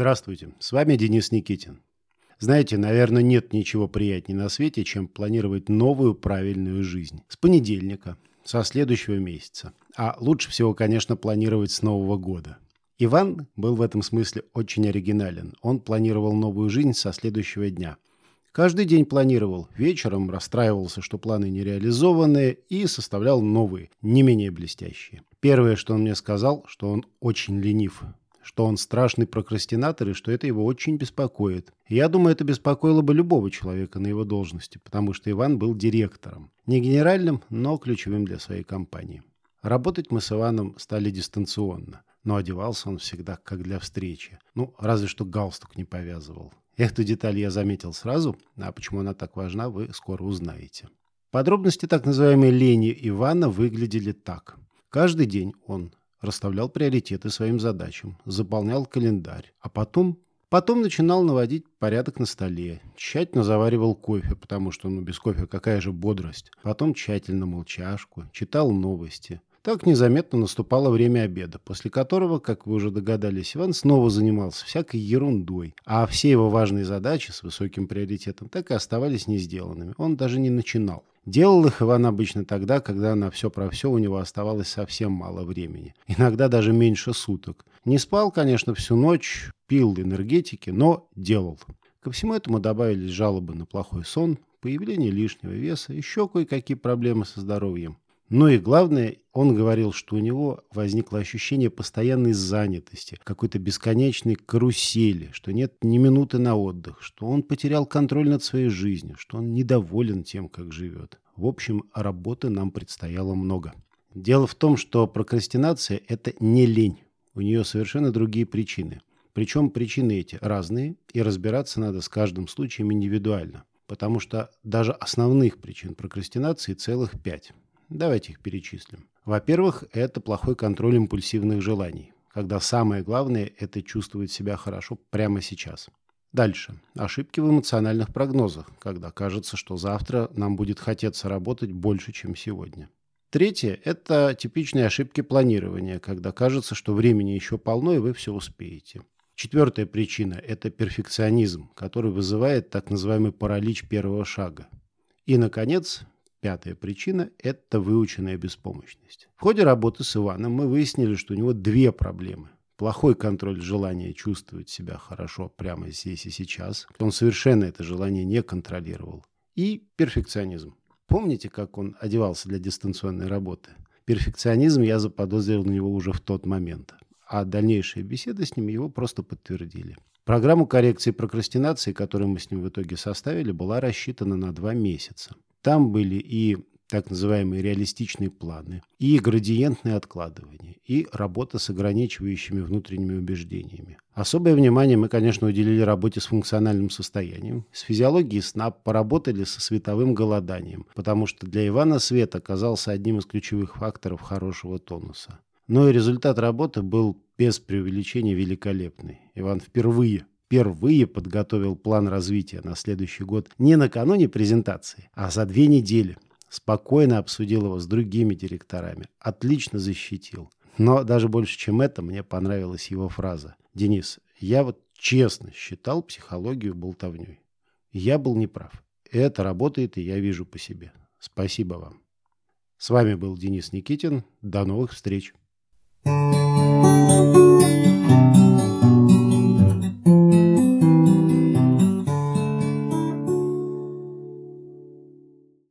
Здравствуйте, с вами Денис Никитин. Знаете, наверное, нет ничего приятнее на свете, чем планировать новую правильную жизнь. С понедельника, со следующего месяца. А лучше всего, конечно, планировать с Нового года. Иван был в этом смысле очень оригинален. Он планировал новую жизнь со следующего дня. Каждый день планировал, вечером расстраивался, что планы не реализованы, и составлял новые, не менее блестящие. Первое, что он мне сказал, что он очень ленив, что он страшный прокрастинатор и что это его очень беспокоит. Я думаю, это беспокоило бы любого человека на его должности, потому что Иван был директором. Не генеральным, но ключевым для своей компании. Работать мы с Иваном стали дистанционно, но одевался он всегда как для встречи. Разве что галстук не повязывал. Эту деталь я заметил сразу, а почему она так важна, вы скоро узнаете. Подробности так называемой лени Ивана выглядели так. Каждый день он расставлял приоритеты своим задачам, заполнял календарь, а потом начинал наводить порядок на столе, тщательно заваривал кофе, потому что без кофе какая же бодрость. Потом тщательно мыл чашку, читал новости. Так незаметно наступало время обеда, после которого, как вы уже догадались, Иван снова занимался всякой ерундой, а все его важные задачи с высоким приоритетом так и оставались не сделанными. Он даже не начинал. Делал их Иван обычно тогда, когда на все про все у него оставалось совсем мало времени. Иногда даже меньше суток. Не спал, конечно, всю ночь, пил энергетики, но делал. Ко всему этому добавились жалобы на плохой сон, появление лишнего веса, еще кое-какие проблемы со здоровьем. И главное, он говорил, что у него возникло ощущение постоянной занятости, какой-то бесконечной карусели, что нет ни минуты на отдых, что он потерял контроль над своей жизнью, что он недоволен тем, как живет. В общем, работы нам предстояло много. Дело в том, что прокрастинация – это не лень. У нее совершенно другие причины. Причем причины эти разные, и разбираться надо с каждым случаем индивидуально. Потому что даже основных причин прокрастинации целых 5. Давайте их перечислим. Во-первых, это плохой контроль импульсивных желаний, когда самое главное – это чувствовать себя хорошо прямо сейчас. Дальше. Ошибки в эмоциональных прогнозах, когда кажется, что завтра нам будет хотеться работать больше, чем сегодня. Третье – это типичные ошибки планирования, когда кажется, что времени еще полно и вы все успеете. Четвертая причина – это перфекционизм, который вызывает так называемый паралич первого шага. И, наконец, пятая причина – это выученная беспомощность. В ходе работы с Иваном мы выяснили, что у него 2 проблемы. Плохой контроль желания чувствовать себя хорошо прямо здесь и сейчас. Он совершенно это желание не контролировал. И перфекционизм. Помните, как он одевался для дистанционной работы? Перфекционизм я заподозрил на него уже в тот момент. А дальнейшие беседы с ним его просто подтвердили. Программа коррекции прокрастинации, которую мы с ним в итоге составили, была рассчитана на 2 месяца. Там были и так называемые реалистичные планы, и градиентное откладывание, и работа с ограничивающими внутренними убеждениями. Особое внимание мы, конечно, уделили работе с функциональным состоянием, с физиологией сна, поработали со световым голоданием, потому что для Ивана свет оказался одним из ключевых факторов хорошего тонуса. Но и результат работы был без преувеличения великолепный. Иван впервые подготовил план развития на следующий год не накануне презентации, а за 2 недели. Спокойно обсудил его с другими директорами. Отлично защитил. Но даже больше, чем это, мне понравилась его фраза. «Денис, я честно считал психологию болтовней. Я был неправ. Это работает, и я вижу по себе. Спасибо вам». С вами был Денис Никитин. До новых встреч.